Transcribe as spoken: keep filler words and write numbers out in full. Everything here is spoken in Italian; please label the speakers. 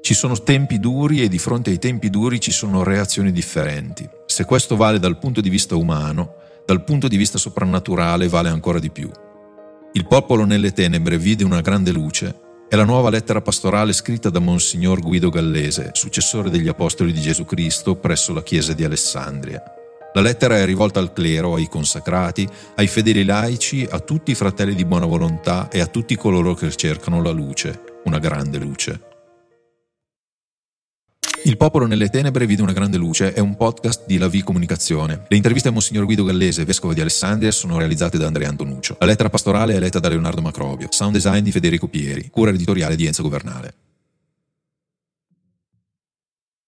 Speaker 1: Ci sono tempi duri e di fronte ai tempi duri ci sono reazioni differenti. Se questo vale dal punto di vista umano, dal punto di vista soprannaturale vale ancora di più. Il popolo nelle tenebre vide una grande luce è la nuova lettera pastorale scritta da Monsignor Guido Gallese, successore degli Apostoli di Gesù Cristo presso la Chiesa di Alessandria. La lettera è rivolta al clero, ai consacrati, ai fedeli laici, a tutti i fratelli di buona volontà e a tutti coloro che cercano la luce, una grande luce. Il popolo nelle tenebre vide una grande luce è un podcast di La V Comunicazione. Le interviste a Monsignor Guido Gallese, vescovo di Alessandria, sono realizzate da Andrea Antonuccio. La lettera pastorale è letta da Leonardo Macrobio. Sound design di Federico Pieri. Cura editoriale di Enzo Governale.